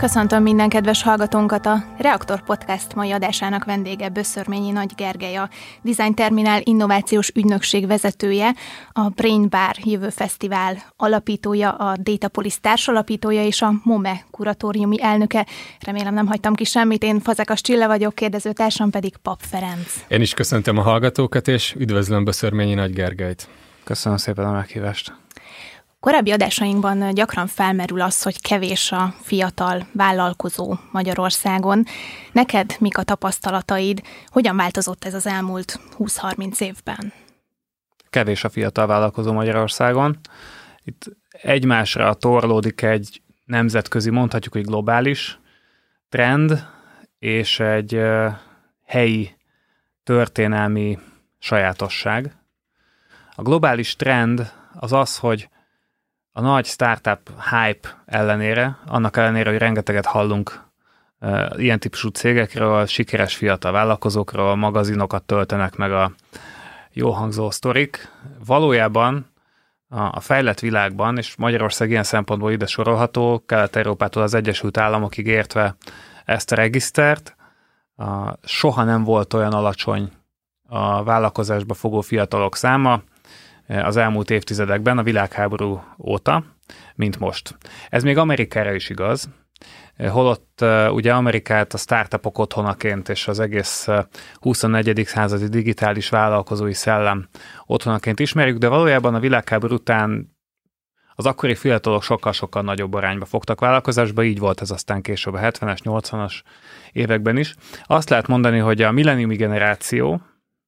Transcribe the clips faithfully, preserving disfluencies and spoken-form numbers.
Köszöntöm minden kedves hallgatónkat, a Reaktor Podcast mai adásának vendége Böszörményi Nagy Gergely, a Design Terminál innovációs ügynökség vezetője, a Brain Bar Jövő Fesztivál alapítója, a Datapolis társalapítója és a MOME kuratóriumi elnöke. Remélem nem hagytam ki semmit, én Fazekas Csilla vagyok, kérdezőtársam pedig Pap Ferenc. Én is köszöntöm a hallgatókat, és üdvözlöm Böszörményi Nagy Gergelyt. Köszönöm szépen a meghívást. Korábbi adásainkban gyakran felmerül az, hogy kevés a fiatal vállalkozó Magyarországon. Neked mik a tapasztalataid? Hogyan változott ez az elmúlt húsz-harminc évben? Kevés a fiatal vállalkozó Magyarországon. Itt egymásra torlódik egy nemzetközi, mondhatjuk, hogy globális trend, és egy helyi történelmi sajátosság. A globális trend az az, hogy a nagy startup hype ellenére, annak ellenére, hogy rengeteget hallunk uh, ilyen típusú cégekről, sikeres fiatal vállalkozókról, magazinokat töltenek meg a jól hangzó sztorik, valójában a, a fejlett világban, és Magyarország ilyen szempontból ide sorolható, Kelet-Európától az Egyesült Államokig értve ezt a regisztert, uh, soha nem volt olyan alacsony a vállalkozásba fogó fiatalok száma az elmúlt évtizedekben, a világháború óta, mint most. Ez még Amerikára is igaz, holott uh, ugye Amerikát a startupok otthonaként és az egész uh, huszonnegyedik századi digitális vállalkozói szellem otthonaként ismerjük, de valójában a világháború után az akkori fiatalok sokkal-sokkal nagyobb arányba fogtak vállalkozásba, így volt ez aztán később a hetvenes, nyolcvanas években is. Azt lehet mondani, hogy a milleniumi generáció,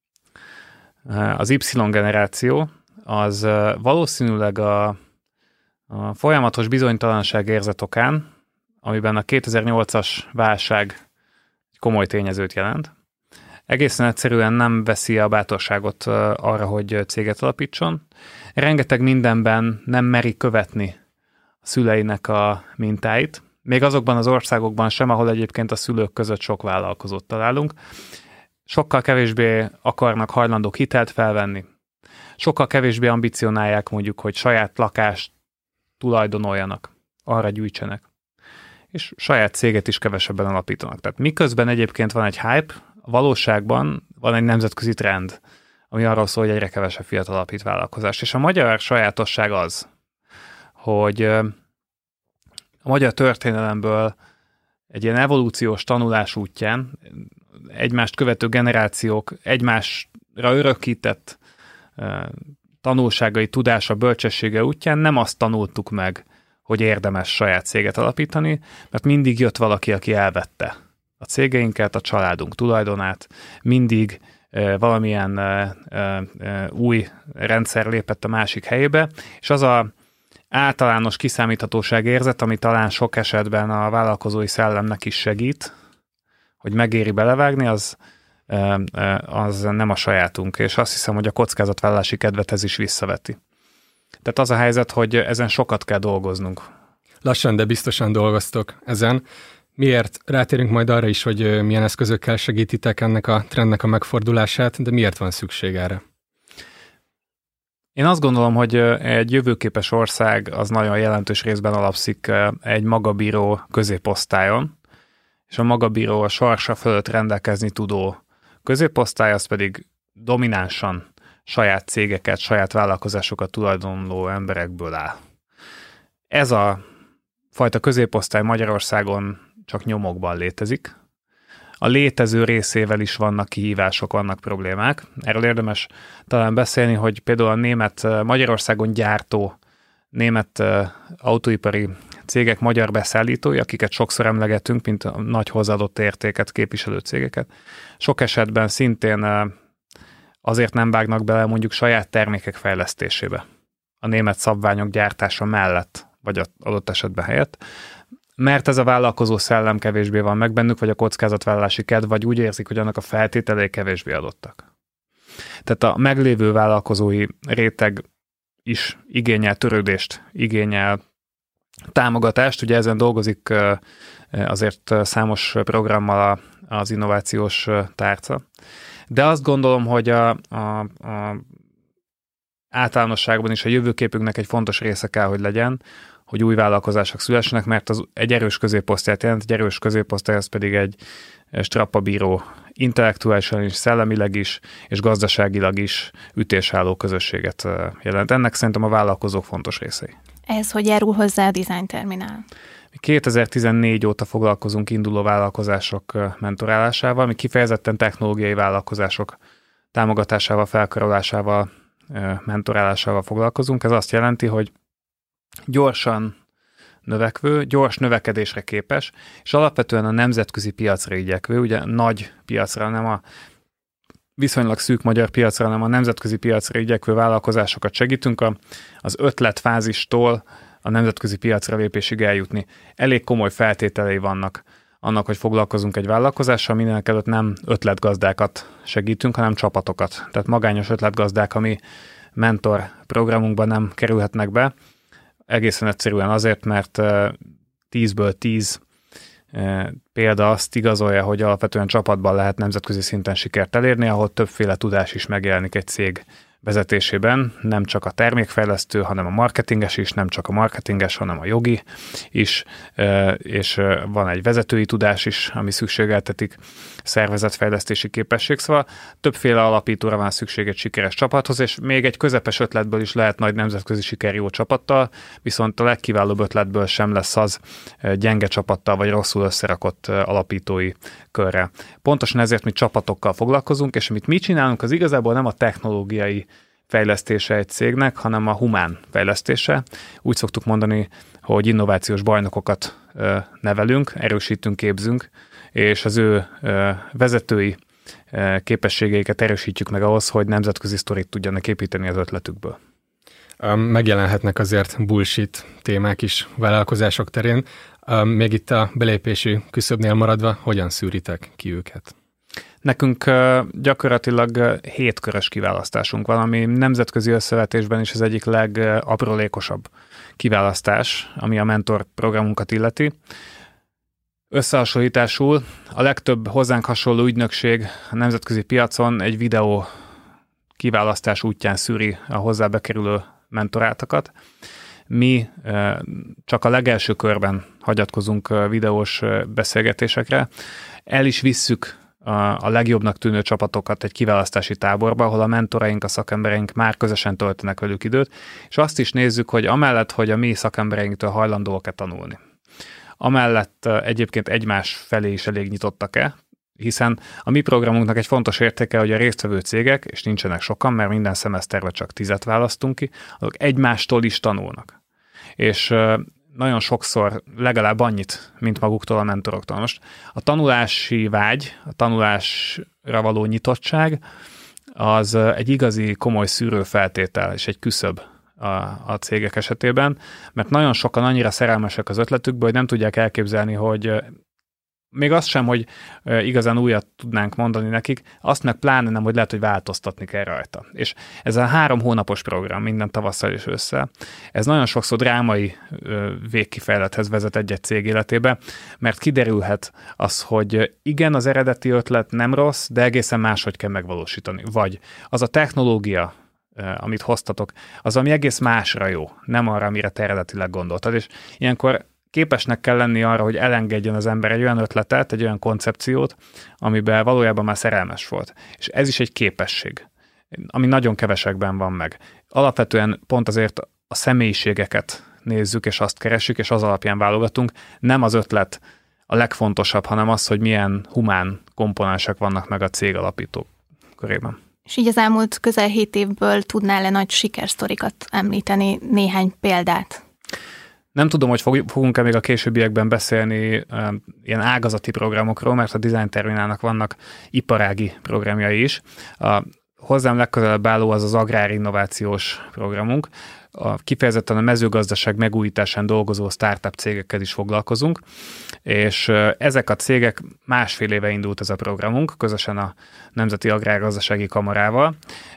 uh, az Y generáció, az valószínűleg a, a folyamatos bizonytalanság érzet okán, amiben a kétezer-nyolcas válság komoly tényezőt jelent, egészen egyszerűen nem veszi a bátorságot arra, hogy céget alapítson. Rengeteg mindenben nem meri követni a szüleinek a mintáit, még azokban az országokban sem, ahol egyébként a szülők között sok vállalkozót találunk. Sokkal kevésbé akarnak hajlandók hitelt felvenni, sokkal kevésbé ambicionálják mondjuk, hogy saját lakást tulajdonoljanak, arra gyűjtsenek. És saját céget is kevesebben alapítanak. Tehát miközben egyébként van egy hype, a valóságban van egy nemzetközi trend, ami arról szól, hogy egyre kevesebb fiatal alapít vállalkozást. És a magyar sajátosság az, hogy a magyar történelemből egy ilyen evolúciós tanulás útján egymást követő generációk egymásra örökített tanulságai, tudása, bölcsessége útján nem azt tanultuk meg, hogy érdemes saját céget alapítani, mert mindig jött valaki, aki elvette a cégeinket, a családunk tulajdonát, mindig e, valamilyen e, e, új rendszer lépett a másik helyébe, és az a általános kiszámíthatóság érzet, ami talán sok esetben a vállalkozói szellemnek is segít, hogy megéri belevágni, az az nem a sajátunk, és azt hiszem, hogy a kockázatvállalási kedvet ez is visszaveti. Tehát az a helyzet, hogy ezen sokat kell dolgoznunk. Lassan, de biztosan dolgoztok ezen. Miért? Rátérünk majd arra is, hogy milyen eszközökkel segítitek ennek a trendnek a megfordulását, de miért van szükség erre? Én azt gondolom, hogy egy jövőképes ország az nagyon jelentős részben alapszik egy magabíró középosztályon, és a magabíró a sorsa fölött rendelkezni tudó középosztály, az pedig dominánsan saját cégeket, saját vállalkozásokat tulajdonló emberekből áll. Ez a fajta középosztály Magyarországon csak nyomokban létezik. A létező részével is vannak kihívások, vannak problémák. Erről érdemes talán beszélni, hogy például a német Magyarországon gyártó német autóipari cégek magyar beszállítói, akiket sokszor emlegetünk, mint a nagy hozzáadott értéket képviselő cégeket, sok esetben szintén azért nem vágnak bele mondjuk saját termékek fejlesztésébe a német szabványok gyártása mellett, vagy adott esetben helyett, mert ez a vállalkozó szellem kevésbé van meg bennük, vagy a kockázatvállalási kedv, vagy úgy érzik, hogy annak a feltételei kevésbé adottak. Tehát a meglévő vállalkozói réteg is igényel törődést, igényel támogatást, ugye ezen dolgozik azért számos programmal az innovációs tárca. De azt gondolom, hogy a, a, a általánosságban is a jövőképünknek egy fontos része kell, hogy legyen, hogy új vállalkozások szülessenek, mert az egy erős középosztályt jelent, egy erős középosztály az pedig egy strappabíró, intellektuálisan is, szellemileg is, és gazdaságilag is ütésálló közösséget jelent. Ennek szerintem a vállalkozók fontos részei. Ez hogy járul hozzá a Design Terminál? kétezer-tizennégy óta foglalkozunk induló vállalkozások mentorálásával, mi kifejezetten technológiai vállalkozások támogatásával, felkarolásával, mentorálásával foglalkozunk. Ez azt jelenti, hogy gyorsan növekvő, gyors növekedésre képes, és alapvetően a nemzetközi piacra igyekvő, ugye nagy piacra, nem a viszonylag szűk magyar piacra, hanem a nemzetközi piacra igyekvő vállalkozásokat segítünk a, az ötletfázistól a nemzetközi piacra lépésig eljutni. Elég komoly feltételei vannak annak, hogy foglalkozunk egy vállalkozással, mindenek előtt nem ötletgazdákat segítünk, hanem csapatokat. Tehát magányos ötletgazdák, ami mentor programunkban nem kerülhetnek be, egészen egyszerűen azért, mert tízből tíz példa azt igazolja, hogy alapvetően csapatban lehet nemzetközi szinten sikert elérni, ahol többféle tudás is megjelenik egy cég vezetésében, nem csak a termékfejlesztő, hanem a marketinges is, nem csak a marketinges, hanem a jogi is, és van egy vezetői tudás is, ami szükségeltetik szervezetfejlesztési képesség, szóval többféle alapítóra van szükség egy sikeres csapathoz, és még egy közepes ötletből is lehet nagy nemzetközi siker jó csapattal, viszont a legkiválóbb ötletből sem lesz az gyenge csapattal, vagy rosszul összerakott alapítói körre. Pontosan ezért mi csapatokkal foglalkozunk, és amit mi csinálunk, az igazából nem a technológiai fejlesztése egy cégnek, hanem a humán fejlesztése. Úgy szoktuk mondani, hogy innovációs bajnokokat nevelünk, erősítünk, képzünk, és az ő vezetői képességeiket erősítjük meg ahhoz, hogy nemzetközi sztorit tudjanak építeni az ötletükből. Megjelenhetnek azért bullshit témák is vállalkozások terén. Még itt a belépési küszöbnél maradva, hogyan szűritek ki őket? Nekünk gyakorlatilag hétkörös kiválasztásunk van, ami nemzetközi összevetésben is az egyik legaprólékosabb kiválasztás, ami a mentor programunkat illeti. Összehasonlításul a legtöbb hozzánk hasonló ügynökség a nemzetközi piacon egy videó kiválasztás útján szűri a hozzá bekerülő mentoráltakat. Mi csak a legelső körben hagyatkozunk videós beszélgetésekre. El is visszük a legjobbnak tűnő csapatokat egy kiválasztási táborba, ahol a mentoraink, a szakembereink már közösen töltenek velük időt, és azt is nézzük, hogy amellett, hogy a mi szakembereinktől hajlandóak-e tanulni. Amellett egyébként egymás felé is elég nyitottak-e, hiszen a mi programunknak egy fontos értéke, hogy a résztvevő cégek, és nincsenek sokan, mert minden szemeszterben csak tizet választunk ki, azok egymástól is tanulnak. És nagyon sokszor legalább annyit, mint maguktól a mentoroktól. Most a tanulási vágy, a tanulásra való nyitottság, az egy igazi komoly szűrőfeltétel és egy küszöb a, a cégek esetében, mert nagyon sokan annyira szerelmesek az ötletükből, hogy nem tudják elképzelni, hogy még azt sem, hogy igazán újat tudnánk mondani nekik, azt meg pláne nem, hogy lehet, hogy változtatni kell rajta. És ez a három hónapos program, minden tavasszal és ősszel, ez nagyon sokszor drámai végkifejlethez vezet egy-egy cég életébe, mert kiderülhet az, hogy igen, az eredeti ötlet nem rossz, de egészen máshogy kell megvalósítani. Vagy az a technológia, amit hoztatok, az, ami egész másra jó, nem arra, amire te eredetileg gondoltad. És ilyenkor képesnek kell lenni arra, hogy elengedjen az ember egy olyan ötletet, egy olyan koncepciót, amiben valójában már szerelmes volt. És ez is egy képesség, ami nagyon kevesekben van meg. Alapvetően pont azért a személyiségeket nézzük, és azt keresjük, és az alapján válogatunk. Nem az ötlet a legfontosabb, hanem az, hogy milyen humán komponensek vannak meg a cég alapítók körében. És így az elmúlt közel hét évből tudnál-e nagy sikersztorikat említeni, néhány példát? Nem tudom, hogy fogunk-e még a későbbiekben beszélni um, ilyen ágazati programokról, mert a Design Terminálnak vannak iparági programjai is. A hozzám legközelebb álló az az agrárinnovációs programunk. A, kifejezetten a mezőgazdaság megújításán dolgozó startup cégekkel is foglalkozunk, és ezek a cégek, másfél éve indult ez a programunk, közösen a Nemzeti Agrárgazdasági Kamarával.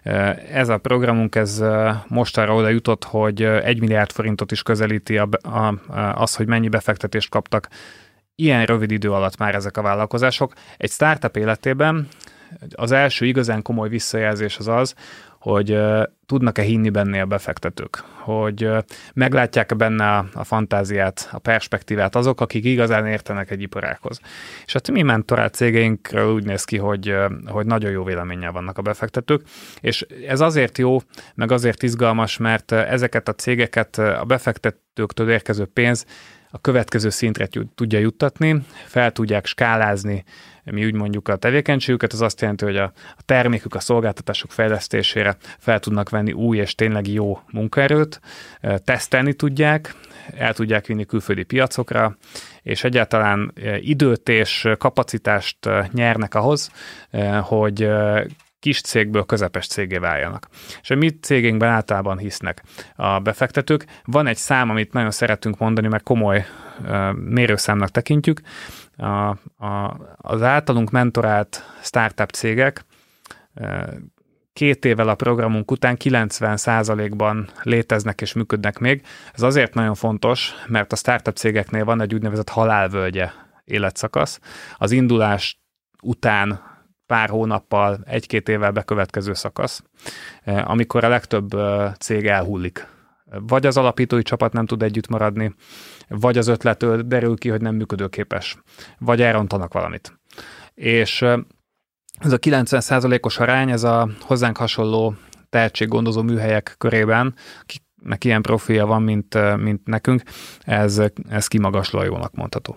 Ez a programunk ez mostanra oda jutott, hogy egy milliárd forintot is közelíti a, a, az, hogy mennyi befektetést kaptak ilyen rövid idő alatt már ezek a vállalkozások. Egy startup életében az első igazán komoly visszajelzés az az, hogy tudnak-e hinni benne a befektetők, hogy meglátják-e benne a, a fantáziát, a perspektívát azok, akik igazán értenek egy iparághoz. És hát mi mentorát cégeinkről úgy néz ki, hogy, hogy nagyon jó véleménnyel vannak a befektetők, és ez azért jó, meg azért izgalmas, mert ezeket a cégeket a befektetőktől érkező pénz a következő szintre tudja juttatni, fel tudják skálázni, mi úgy mondjuk a tevékenységüket, az azt jelenti, hogy a, a termékük, a szolgáltatások fejlesztésére fel tudnak venni új és tényleg jó munkaerőt, tesztelni tudják, el tudják vinni külföldi piacokra, és egyáltalán időt és kapacitást nyernek ahhoz, hogy kis cégből közepes cégé váljanak. És a mi cégünkben általában hisznek a befektetők. Van egy szám, amit nagyon szeretünk mondani, mert komoly uh, mérőszámnak tekintjük. A, a, az általunk mentorált startup cégek uh, két évvel a programunk után kilencven százalékban léteznek és működnek még. Ez azért nagyon fontos, mert a startup cégeknél van egy úgynevezett halálvölgye életszakasz. Az indulás után pár hónappal, egy-két évvel bekövetkező szakasz, amikor a legtöbb cég elhullik. Vagy az alapítói csapat nem tud együtt maradni, vagy az ötletől derül ki, hogy nem működőképes, vagy elrontanak valamit. És ez a kilencven százalékos arány, ez a hozzánk hasonló tehetséggondozó műhelyek körében, akiknek ilyen profilja van, mint, mint nekünk, ez, ez kimagaslóan jónak mondható.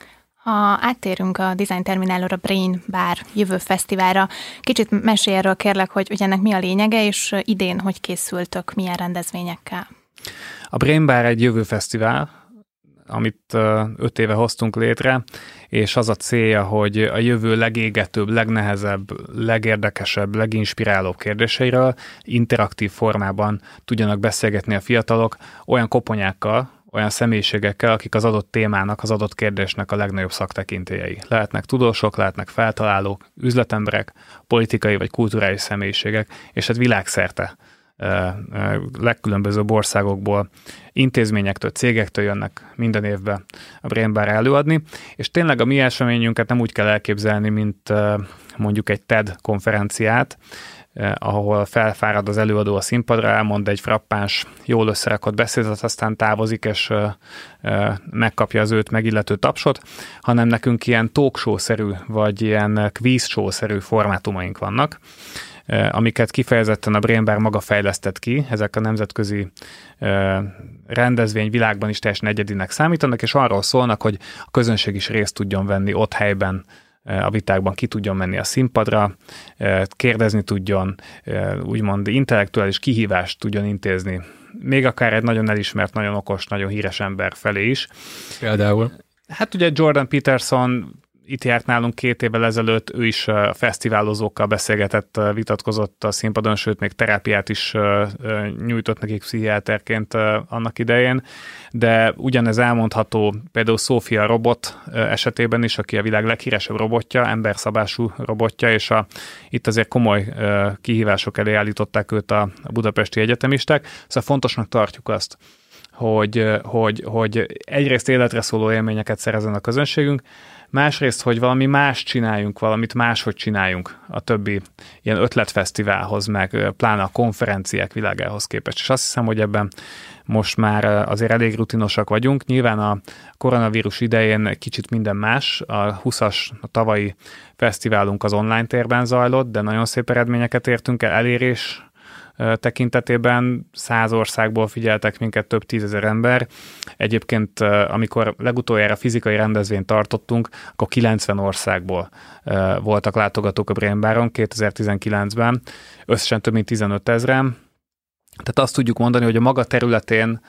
Ha áttérünk a Design Terminálról a Brain Bar jövő fesztiválra, kicsit mesélj erről kérlek, hogy, hogy ennek mi a lényege, és idén hogy készültök, milyen rendezvényekkel? A Brain Bar egy jövő fesztivál, amit öt éve hoztunk létre, és az a célja, hogy a jövő legégetőbb, legnehezebb, legérdekesebb, leginspirálóbb kérdéseiről interaktív formában tudjanak beszélgetni a fiatalok olyan koponyákkal, olyan személyiségekkel, akik az adott témának, az adott kérdésnek a legnagyobb szaktekintélyei. Lehetnek tudósok, lehetnek feltalálók, üzletemberek, politikai vagy kulturális személyiségek, és hát világszerte legkülönbözőbb országokból, intézményektől, cégektől jönnek minden évben a Brain Bar előadni, és tényleg a mi eseményünket nem úgy kell elképzelni, mint mondjuk egy TED konferenciát, ahol felfárad az előadó a színpadra, elmond egy frappáns, jól összerakott beszédet, aztán távozik, és megkapja az őt megillető tapsot, hanem nekünk ilyen talk show-szerű, vagy ilyen quiz show-szerű formátumaink vannak, amiket kifejezetten a Brain Bar maga fejlesztett ki, ezek a nemzetközi rendezvény világban is teljesen egyedinek számítanak, és arról szólnak, hogy a közönség is részt tudjon venni ott helyben, a vitákban ki tudjon menni a színpadra, kérdezni tudjon, úgymond intellektuális kihívást tudjon intézni. Még akár egy nagyon elismert, nagyon okos, nagyon híres ember felé is. Például? Hát ugye Jordan Peterson itt járt nálunk két évvel ezelőtt, ő is a fesztiválozókkal beszélgetett, vitatkozott a színpadon, sőt még terápiát is nyújtott nekik pszichiáterként annak idején, de ugyanez elmondható például Sophia robot esetében is, aki a világ leghíresebb robotja, emberszabású robotja, és a, itt azért komoly kihívások elé állították őt a, a budapesti egyetemisták, szóval fontosnak tartjuk azt, hogy, hogy, hogy egyrészt életre szóló élményeket szerezzen a közönségünk, másrészt, hogy valami más csináljunk, valamit máshogy csináljunk a többi ilyen ötletfesztiválhoz, meg pláne a konferenciák világához képest. És azt hiszem, hogy ebben most már azért elég rutinosak vagyunk. Nyilván a koronavírus idején kicsit minden más. A huszas a tavalyi fesztiválunk az online térben zajlott, de nagyon szép eredményeket értünk el, elérés tekintetében száz országból figyeltek minket több tízezer ember. Egyébként, amikor legutoljára fizikai rendezvényt tartottunk, akkor kilencven országból voltak látogatók a Brain Baron kétezer-tizenkilencben, összesen több mint tizenöt ezren. Tehát azt tudjuk mondani, hogy a maga területén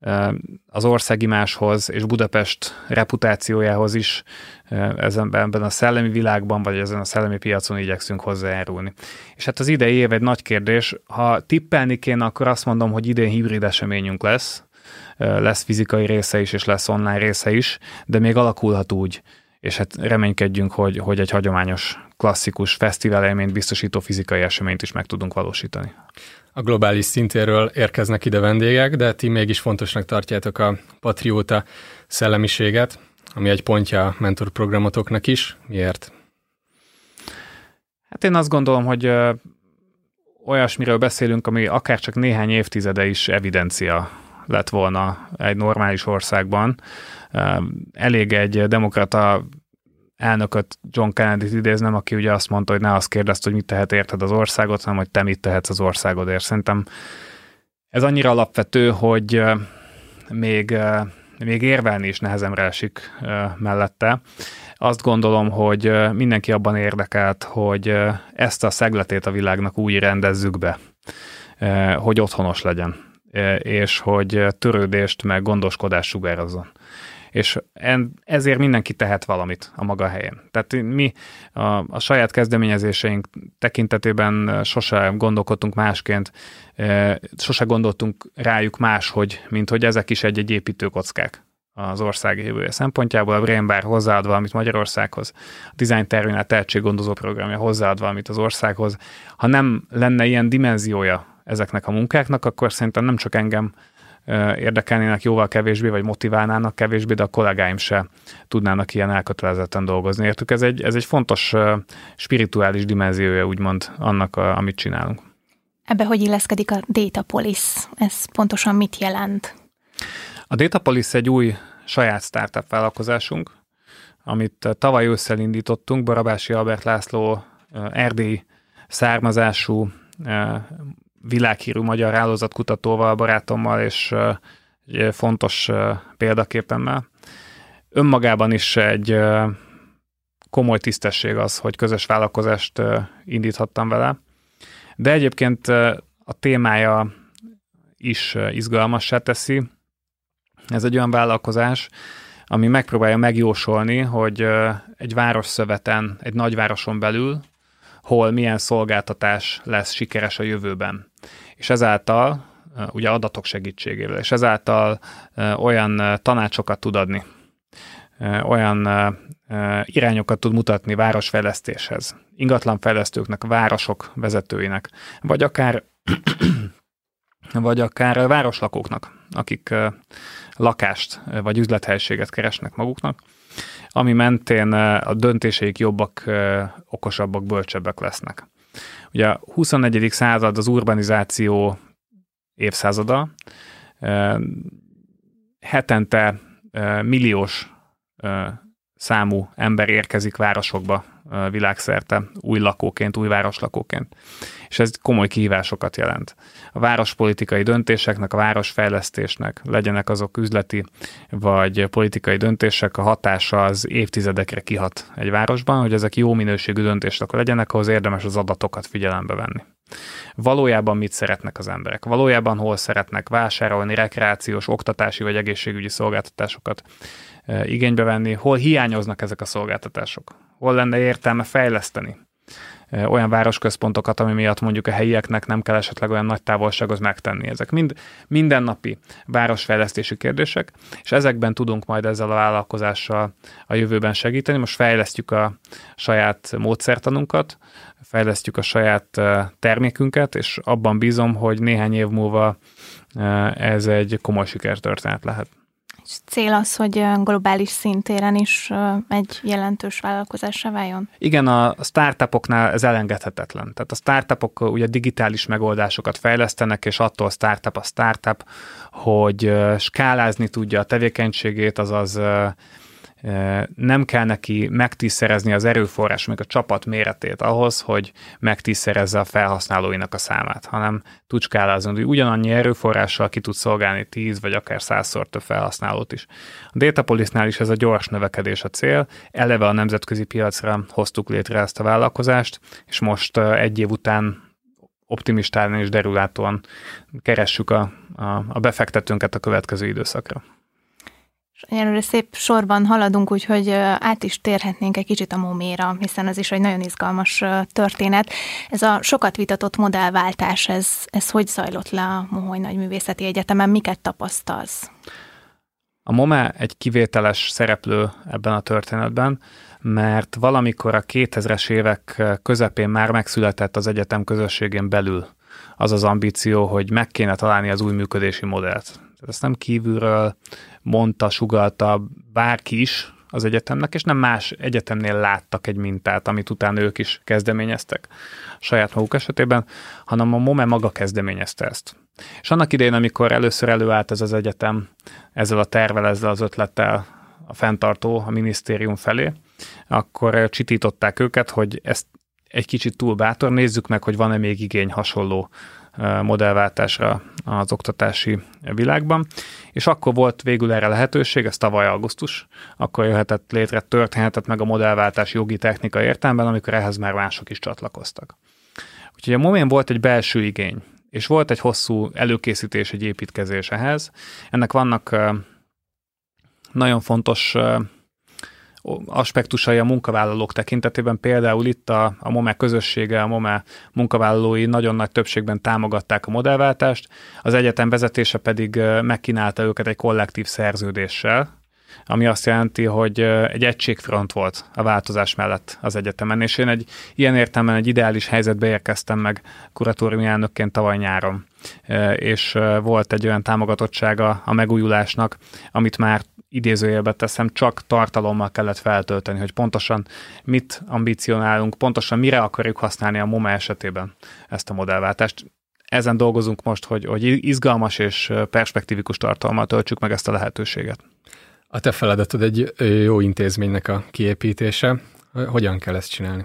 az országimáshoz és Budapest reputációjához is ebben a szellemi világban, vagy ezen a szellemi piacon igyekszünk hozzájárulni. És hát az idei év egy nagy kérdés. Ha tippelni kéne, akkor azt mondom, hogy idén hibrid eseményünk lesz. Lesz fizikai része is, és lesz online része is, de még alakulhat úgy, és hát reménykedjünk, hogy, hogy egy hagyományos, klasszikus fesztivál élményt biztosító fizikai eseményt is meg tudunk valósítani. A globális szintéről érkeznek ide vendégek, de ti mégis fontosnak tartjátok a patrióta szellemiséget, ami egy pontja a mentorprogramotoknak is. Miért? Hát én azt gondolom, hogy olyasmiről beszélünk, ami akár csak néhány évtizede is evidencia lett volna egy normális országban. Elég egy demokrata elnököt, John Kennedy-t idéznem, aki ugye azt mondta, hogy ne azt kérdezte, hogy mit tehet érted az országot, hanem hogy te mit tehetsz az országodért. Szerintem ez annyira alapvető, hogy még, még érvelni is nehezemre esik mellette. Azt gondolom, hogy mindenki abban érdekelt, hogy ezt a szegletét a világnak úgy rendezzük be, hogy otthonos legyen, és hogy törődést meg gondoskodást sugározzon. És ezért mindenki tehet valamit a maga helyén. Tehát mi a, a saját kezdeményezéseink tekintetében sose gondolkodtunk másként, sose gondoltunk rájuk máshogy, mint hogy ezek is egy-egy építőkockák az ország jövője szempontjából. A Brain Bar hozzáad valamit Magyarországhoz, a Design Terminál tehetséggondozó programja hozzáad valamit az országhoz. Ha nem lenne ilyen dimenziója ezeknek a munkáknak, akkor szerintem nem csak engem érdekelnének jóval kevésbé, vagy motiválnának kevésbé, de a kollégáim se tudnának ilyen elkötelezetten dolgozni. Értük, ez egy, ez egy fontos spirituális dimenziója, úgymond, annak, a, amit csinálunk. Ebbe hogy illeszkedik a Datapolis? Ez pontosan mit jelent? A Datapolis egy új saját startup vállalkozásunk, amit tavaly ősszel indítottunk. Barabási Albert László erdélyi származású, világhírű magyar hálózatkutatóval, barátommal és egy fontos példaképemmel. Önmagában is egy komoly tisztesség az, hogy közös vállalkozást indíthattam vele, de egyébként a témája is izgalmassá teszi. Ez egy olyan vállalkozás, ami megpróbálja megjósolni, hogy egy városszöveten, egy nagyvároson belül hol milyen szolgáltatás lesz sikeres a jövőben. És ezáltal, ugye adatok segítségével, és ezáltal olyan tanácsokat tud adni, olyan irányokat tud mutatni városfejlesztéshez, ingatlanfejlesztőknek, városok vezetőinek, vagy akár, vagy akár városlakóknak, akik lakást vagy üzlethelyiséget keresnek maguknak, ami mentén a döntéseik jobbak, okosabbak, bölcsebbek lesznek. Ugye a huszonnegyedik század az urbanizáció évszázada. Hetente milliós számú ember érkezik városokba világszerte, új lakóként, új városlakóként. És ez komoly kihívásokat jelent. A várospolitikai döntéseknek, a városfejlesztésnek, legyenek azok üzleti vagy politikai döntések, a hatása az évtizedekre kihat egy városban, hogy ezek jó minőségű döntések legyenek, ahhoz érdemes az adatokat figyelembe venni. Valójában mit szeretnek az emberek? Valójában hol szeretnek vásárolni, rekreációs, oktatási vagy egészségügyi szolgáltatásokat igénybe venni? Hol hiányoznak ezek a szolgáltatások? Hol lenne értelme fejleszteni olyan városközpontokat, ami miatt mondjuk a helyieknek nem kell esetleg olyan nagy távolsághoz megtenni. Ezek mind mindennapi városfejlesztési kérdések, és ezekben tudunk majd ezzel a vállalkozással a jövőben segíteni. Most fejlesztjük a saját módszertanunkat, fejlesztjük a saját termékünket, és abban bízom, hogy néhány év múlva ez egy komoly sikertörténet lehet. És cél az, hogy globális szintéren is egy jelentős vállalkozássá váljon? Igen, a startupoknál ez elengedhetetlen. Tehát a startupok ugye digitális megoldásokat fejlesztenek, és attól startup a startup, hogy skálázni tudja a tevékenységét, azaz nem kell neki megtízszerezni az erőforrás, még a csapat méretét ahhoz, hogy megtízszerezze a felhasználóinak a számát, hanem tud skálázni, hogy ugyanannyi erőforrással ki tud szolgálni tíz vagy akár százszor több felhasználót is. A Datapolisnál is ez a gyors növekedés a cél, eleve a nemzetközi piacra hoztuk létre ezt a vállalkozást, és most egy év után optimistán és derülátóan keressük a, a, a befektetőnket a következő időszakra. Egyelőre szép sorban haladunk, úgyhogy át is térhetnénk egy kicsit a moméra, hiszen ez is egy nagyon izgalmas történet. Ez a sokat vitatott modellváltás, ez, ez hogy zajlott le a Moholy Nagyművészeti Egyetemen? Miket tapasztalsz? A MOME egy kivételes szereplő ebben a történetben, mert valamikor a kétezres évek közepén már megszületett az egyetem közösségén belül az az ambíció, hogy meg kéne találni az új működési modellt. Ezt nem kívülről mondta, sugallta bárki is, az egyetemnek, és nem más egyetemnél láttak egy mintát, amit utána ők is kezdeményeztek saját maguk esetében, hanem a MOME maga kezdeményezte ezt. És annak idején, amikor először előállt ez az egyetem ezzel a tervvel, ezzel az ötlettel a fenntartó a minisztérium felé, akkor csitították őket, hogy ezt egy kicsit túl bátor, nézzük meg, hogy van-e még igény hasonló modellváltásra az oktatási világban, és akkor volt végül erre lehetőség, ez tavaly augusztus, akkor jöhetett létre, történhetett meg a modellváltás jogi technika értelemben, amikor ehhez már mások is csatlakoztak. Úgyhogy a MOME-n volt egy belső igény, és volt egy hosszú előkészítés, egy építkezés ehhez. Ennek vannak nagyon fontos aspektusai a munkavállalók tekintetében, például itt a, a MOME közössége, a MOME munkavállalói nagyon nagy többségben támogatták a modellváltást, az egyetem vezetése pedig megkínálta őket egy kollektív szerződéssel, ami azt jelenti, hogy egy egységfront volt a változás mellett az egyetemen, és én egy ilyen értelemben egy ideális helyzetbe érkeztem meg kuratóriumi elnökként tavaly nyáron, és volt egy olyan támogatottsága a megújulásnak, amit már idézőjelbe teszem, csak tartalommal kellett feltölteni, hogy pontosan mit ambicionálunk, pontosan mire akarjuk használni a MOME esetében ezt a modellváltást. Ezen dolgozunk most, hogy, hogy izgalmas és perspektívikus tartalommal töltsük meg ezt a lehetőséget. A te feladatod egy jó intézménynek a kiépítése. Hogyan kell ezt csinálni?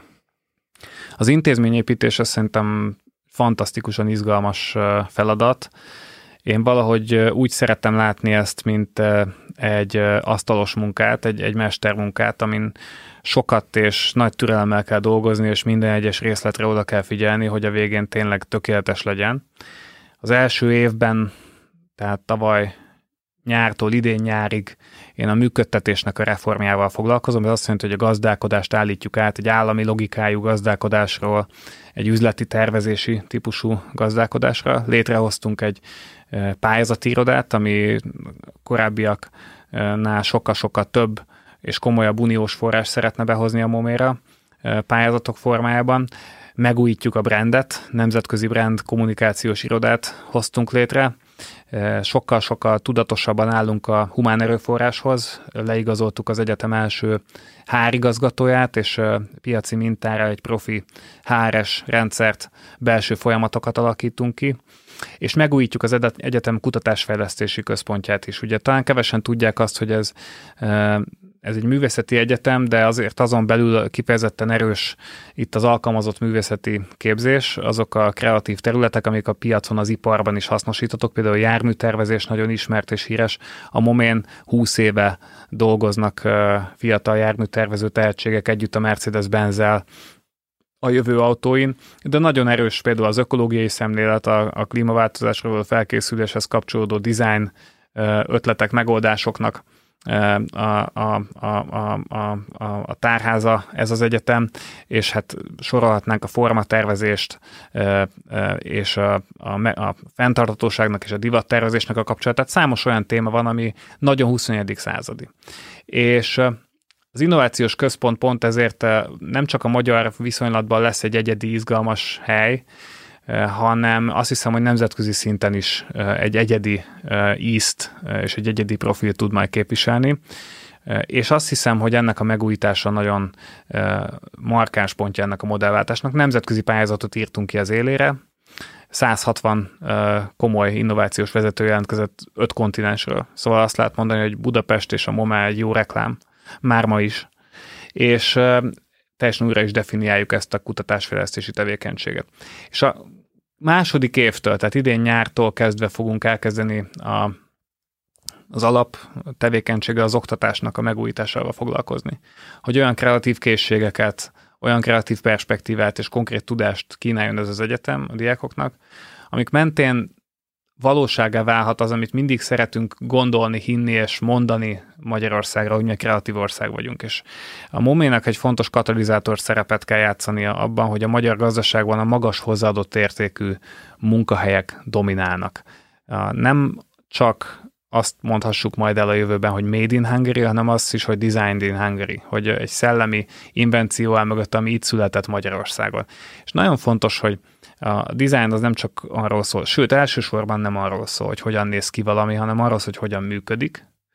Az intézményépítése szerintem fantasztikusan izgalmas feladat. Én valahogy úgy szerettem látni ezt, mint egy asztalos munkát, egy, egy mestermunkát, amin sokat és nagy türelemmel kell dolgozni, és minden egyes részletre oda kell figyelni, hogy a végén tényleg tökéletes legyen. Az első évben, tehát tavaly nyártól idén nyárig én a működtetésnek a reformjával foglalkozom, ez azt jelenti, hogy a gazdálkodást állítjuk át egy állami logikájú gazdálkodásról egy üzleti tervezési típusú gazdálkodásra. Létrehoztunk egy pályázati irodát, ami korábbiaknál sokkal-sokkal több és komolyabb uniós forrás szeretne behozni a MOME-ra pályázatok formájában. Megújítjuk a brandet, nemzetközi brand kommunikációs irodát hoztunk létre, sokkal-sokkal tudatosabban állunk a humán erőforráshoz, leigazoltuk az egyetem első há er igazgatóját, és piaci mintára egy profi há er es rendszert, belső folyamatokat alakítunk ki, és megújítjuk az egyetem kutatásfejlesztési központját is. Ugye talán kevesen tudják azt, hogy ez, ez egy művészeti egyetem, de azért azon belül kifejezetten erős itt az alkalmazott művészeti képzés, azok a kreatív területek, amik a piacon, az iparban is hasznosítatok, például a járműtervezés nagyon ismert és híres. A MOME-n húsz éve dolgoznak fiatal járműtervező tehetségek együtt a Mercedes-Benz-el a jövő autóin, de nagyon erős például az ökológiai szemlélet, a, a klímaváltozásról való felkészüléshez kapcsolódó design ötletek, megoldásoknak a, a, a, a, a, a tárháza ez az egyetem, és hát sorolhatnánk a formatervezést és a, a, a fenntarthatóságnak és a divattervezésnek a kapcsolatát. Számos olyan téma van, ami nagyon huszonegyedik századi. És az innovációs központ pont ezért nem csak a magyar viszonylatban lesz egy egyedi, izgalmas hely, hanem azt hiszem, hogy nemzetközi szinten is egy egyedi ízt és egy egyedi profil tud majd képviselni. És azt hiszem, hogy ennek a megújítása nagyon markáns pontja ennek a modellváltásnak. Nemzetközi pályázatot írtunk ki az élére, száz hatvan komoly innovációs vezető jelentkezett öt kontinensről. Szóval azt lehet mondani, hogy Budapest és a MOME egy jó reklám, már ma is, és teljesen újra is definiáljuk ezt a kutatásfejlesztési tevékenységet. És a második évtől, tehát idén nyártól kezdve fogunk elkezdeni a, az alap tevékenysége az oktatásnak a megújításával foglalkozni. Hogy olyan kreatív készségeket, olyan kreatív perspektívát és konkrét tudást kínáljon ez az egyetem a diákoknak, amik mentén valósággá válhat az, amit mindig szeretünk gondolni, hinni és mondani Magyarországra, hogy mi egy kreatív ország vagyunk. És a MOME-nak egy fontos katalizátor szerepet kell játszania abban, hogy a magyar gazdaságban a magas hozzáadott értékű munkahelyek dominálnak. Nem csak azt mondhassuk majd el a jövőben, hogy Made in Hungary, hanem azt is, hogy Designed in Hungary, hogy egy szellemi invenció áll mögött, ami itt született Magyarországon. És nagyon fontos, hogy a design az nem csak arról szól, sőt, elsősorban nem arról szól, hogy hogyan néz ki valami, hanem arról szól, hogy hogyan működik.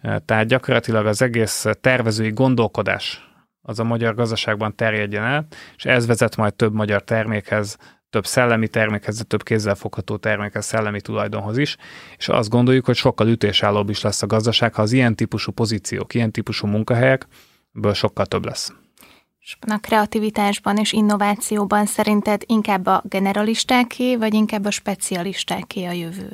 Tehát gyakorlatilag az egész tervezői gondolkodás az a magyar gazdaságban terjedjen el, és ez vezet majd több magyar termékhez, több szellemi termékhez, több kézzelfogható termékhez, szellemi tulajdonhoz is, és azt gondoljuk, hogy sokkal ütésállóbb is lesz a gazdaság, ha az ilyen típusú pozíciók, ilyen típusú munkahelyekből sokkal több lesz. És a kreativitásban és innovációban szerinted inkább a generalistáké, vagy inkább a specialistáké a jövő?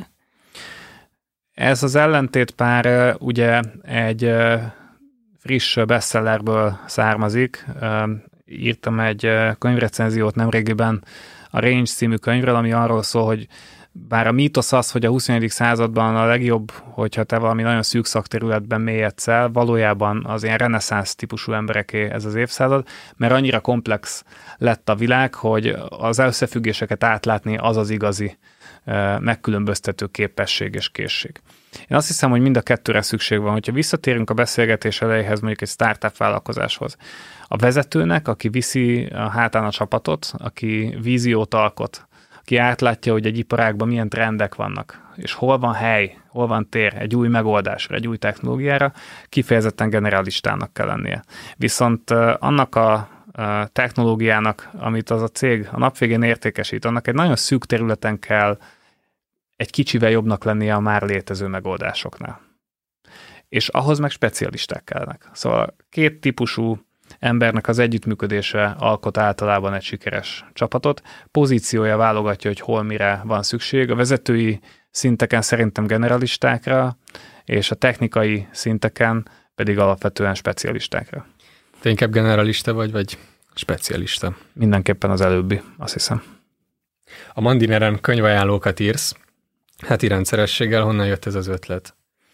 Ez az ellentétpár ugye egy friss bestsellerből származik. Írtam egy könyvrecenziót nemrégiben a Range című könyvről, ami arról szól, hogy bár a mítosz az, hogy a huszonegyedik században a legjobb, hogyha te valami nagyon szűk szakterületben mélyedsz el, valójában az ilyen reneszánsz típusú embereké ez az évszázad, mert annyira komplex lett a világ, hogy az összefüggéseket átlátni az az igazi megkülönböztető képesség és készség. Én azt hiszem, hogy mind a kettőre szükség van. Hogyha visszatérünk a beszélgetés elejéhez, mondjuk egy startup vállalkozáshoz, a vezetőnek, aki viszi a hátán a csapatot, aki víziót alkot, aki átlátja, hogy egy iparágban milyen trendek vannak, és hol van hely, hol van tér egy új megoldásra, egy új technológiára, kifejezetten generalistának kell lennie. Viszont annak a technológiának, amit az a cég a nap végén értékesít, annak egy nagyon szűk területen kell egy kicsivel jobbnak lennie a már létező megoldásoknál. És ahhoz meg specialisták kellnek. Szóval két típusú embernek az együttműködése alkot általában egy sikeres csapatot. Pozíciója válogatja, hogy hol mire van szükség. A vezetői szinteken szerintem generalistákra, és a technikai szinteken pedig alapvetően specialistákra. Te inkább generalista vagy, vagy specialista? Mindenképpen az előbbi, azt hiszem. A Mandineren könyvajánlókat írsz. Heti rendszerességgel honnan jött ez az ötlet?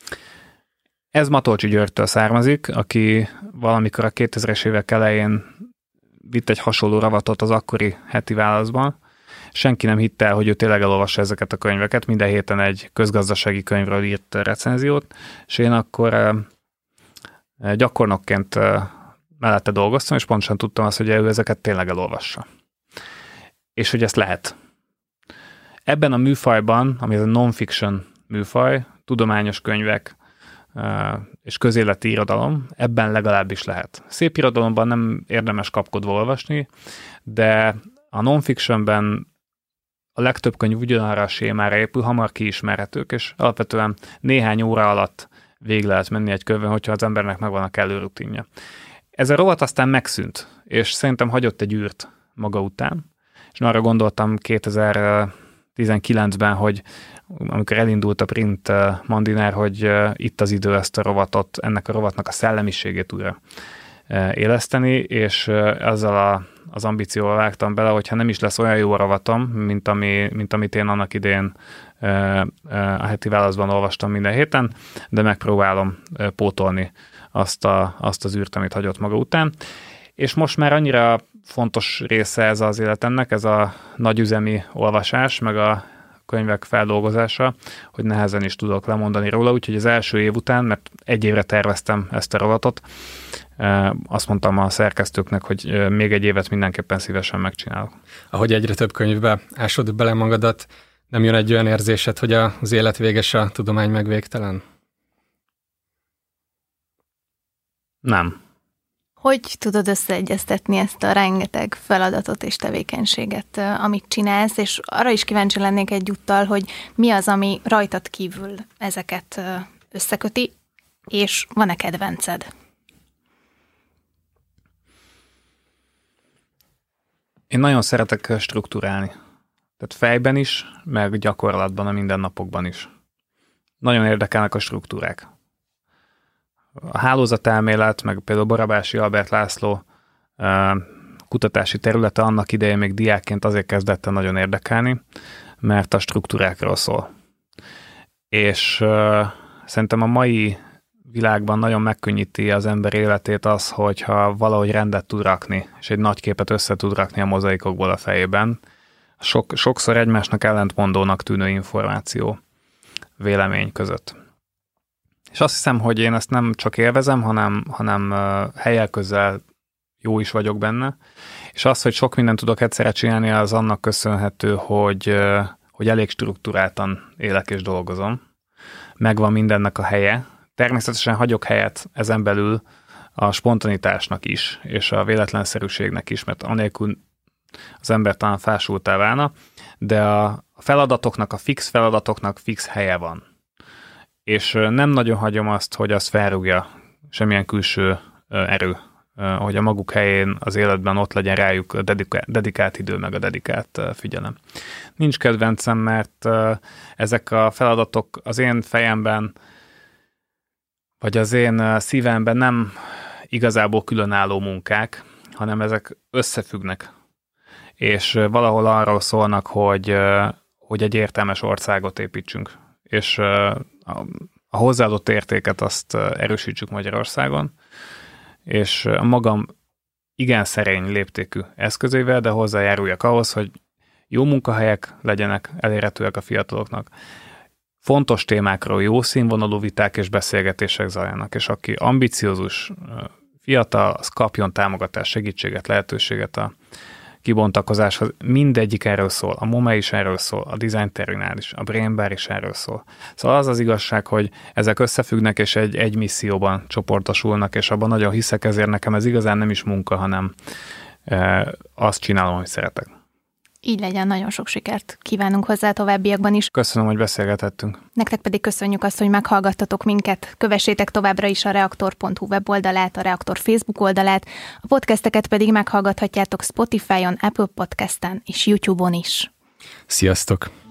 Ez Matolcsi Györgytől származik, aki valamikor a kétezres évek elején vitt egy hasonló ravatot az akkori heti válaszban. Senki nem hitte el, hogy ő tényleg elolvassa ezeket a könyveket. Minden héten egy közgazdasági könyvről írt recenziót, és én akkor gyakornokként mellette dolgoztam, és pontosan tudtam azt, hogy ő ezeket tényleg elolvassa. És hogy ezt lehet. Ebben a műfajban, ami ez a non-fiction műfaj, tudományos könyvek és közéleti irodalom, ebben legalábbis lehet. Szép irodalomban nem érdemes kapkodva olvasni, de a non-fictionben a legtöbb könyv ugyanarra a sémára épül, hamar kiismerhetők, és alapvetően néhány óra alatt végig lehet menni egy könyvön, hogyha az embernek megvan a kellő rutinja. Ez a rovat aztán megszűnt, és szerintem hagyott egy űrt maga után, és arra gondoltam kétezer-tizenkilencben, hogy amikor elindult a print Mandiner, hogy itt az idő ezt a rovatot, ennek a rovatnak a szellemiségét újra éleszteni, és ezzel a, az ambícióval vágtam bele, hogyha nem is lesz olyan jó a rovatom, mint, ami, mint amit én annak idén a heti válaszban olvastam minden héten, de megpróbálom pótolni azt, a, azt az űrt, amit hagyott maga után. És most már annyira fontos része ez az életemnek, ez a nagyüzemi olvasás, meg a könyvek feldolgozása, hogy nehezen is tudok lemondani róla, úgyhogy az első év után, mert egy évre terveztem ezt a rovatot, azt mondtam a szerkesztőknek, hogy még egy évet mindenképpen szívesen megcsinálok. Ahogy egyre több könyvbe ásod bele magadat, nem jön egy olyan érzésed, hogy az élet véges, a tudomány meg végtelen? Nem. Hogy tudod összeegyeztetni ezt a rengeteg feladatot és tevékenységet, amit csinálsz, és arra is kíváncsi lennék egyúttal, hogy mi az, ami rajtad kívül ezeket összeköti, és van-e kedvenced? Én nagyon szeretek struktúrálni. Tehát fejben is, meg gyakorlatban, a mindennapokban is. Nagyon érdekelnek a struktúrák. A hálózatelmélet, meg például Barabási Albert László kutatási területe annak idején még diákként azért kezdett el nagyon érdekelni, mert a struktúrákról szól. És uh, szerintem a mai világban nagyon megkönnyíti az ember életét az, hogyha valahogy rendet tud rakni, és egy nagy képet össze tud rakni a mozaikokból a fejében. Sok, sokszor egymásnak ellentmondónak tűnő információ vélemény között. És azt hiszem, hogy én ezt nem csak élvezem, hanem, hanem helyel közel jó is vagyok benne. És az, hogy sok mindent tudok egyszerre csinálni, az annak köszönhető, hogy, hogy elég struktúráltan élek és dolgozom. Megvan mindennek a helye, Természetesen hagyok helyet ezen belül a spontanitásnak is, és a véletlenszerűségnek is, mert anélkül az ember talán fásultá válna, de a feladatoknak, a fix feladatoknak fix helye van. És nem nagyon hagyom azt, hogy azt felrúgja semmilyen külső erő, hogy a maguk helyén az életben ott legyen rájuk a dedikált, dedikált idő, meg a dedikált figyelem. Nincs kedvencem, mert ezek a feladatok az én fejemben, vagy az én szívemben nem igazából különálló munkák, hanem ezek összefüggnek, és valahol arról szólnak, hogy, hogy egy értelmes országot építsünk, és a hozzáadott értéket azt erősítsük Magyarországon, és a magam igen szerény léptékű eszközével, de hozzájáruljak ahhoz, hogy jó munkahelyek legyenek elérhetőek a fiataloknak, fontos témákról jó színvonalú viták és beszélgetések zajlanak, és aki ambiciózus fiatal, az kapjon támogatást, segítséget, lehetőséget a kibontakozáshoz. Mindegyik erről szól, a MOME is erről szól, a Design Terminál is, a Brain Bar is erről szól. Szóval az az igazság, hogy ezek összefüggnek, és egy, egy misszióban csoportosulnak, és abban nagyon hiszek, ezért nekem ez igazán nem is munka, hanem e, azt csinálom, amit szeretek. Így legyen, nagyon sok sikert kívánunk hozzá továbbiakban is. Köszönöm, hogy beszélgethettünk. Nektek pedig köszönjük azt, hogy meghallgattatok minket. Kövessétek továbbra is a reaktor pont hu weboldalát, a Reaktor Facebook oldalát, a podcasteket pedig meghallgathatjátok Spotify-on, Apple Podcasten és YouTube-on is. Sziasztok!